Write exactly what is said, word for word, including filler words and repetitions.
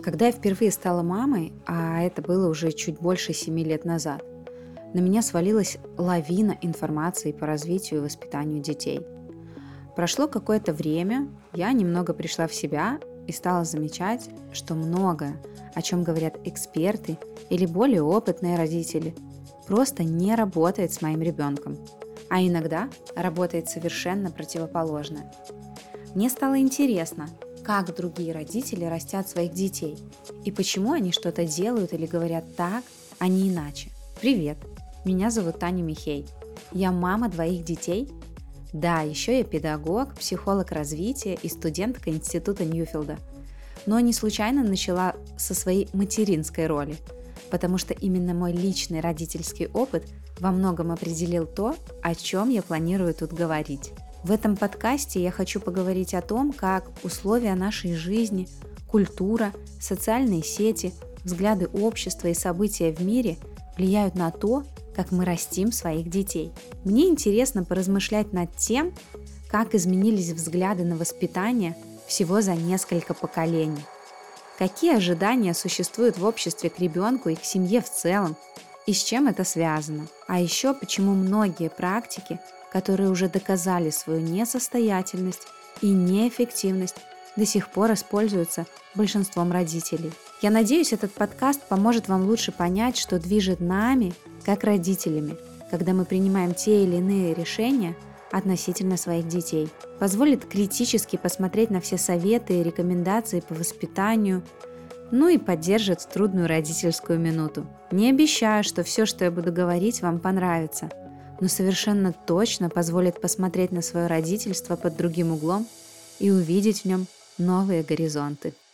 Когда я впервые стала мамой, а это было уже чуть больше семи лет назад, на меня свалилась лавина информации по развитию и воспитанию детей. Прошло какое-то время, я немного пришла в себя и стала замечать, что многое, о чем говорят эксперты или более опытные родители, просто не работает с моим ребенком, а иногда работает совершенно противоположное. Мне стало интересно, как другие родители растят своих детей и почему они что-то делают или говорят так, а не иначе. Привет, меня зовут Таня Михей. Я мама двоих детей. Да, еще я педагог, психолог развития и студентка Института Ньюфилда. Но не случайно начала со своей материнской роли, потому что именно мой личный родительский опыт во многом определил то, о чем я планирую тут говорить. В этом подкасте я хочу поговорить о том, как условия нашей жизни, культура, социальные сети, взгляды общества и события в мире влияют на то, как мы растим своих детей. Мне интересно поразмышлять над тем, как изменились взгляды на воспитание всего за несколько поколений. Какие ожидания существуют в обществе к ребенку и к семье в целом, и с чем это связано. А еще почему многие практики, которые уже доказали свою несостоятельность и неэффективность, до сих пор используются большинством родителей. Я надеюсь, этот подкаст поможет вам лучше понять, что движет нами, как родителями, когда мы принимаем те или иные решения относительно своих детей. Позволит критически посмотреть на все советы и рекомендации по воспитанию, ну и поддержит в трудную родительскую минуту. Не обещаю, что все, что я буду говорить, вам понравится, но совершенно точно позволит посмотреть на свое родительство под другим углом и увидеть в нем новые горизонты.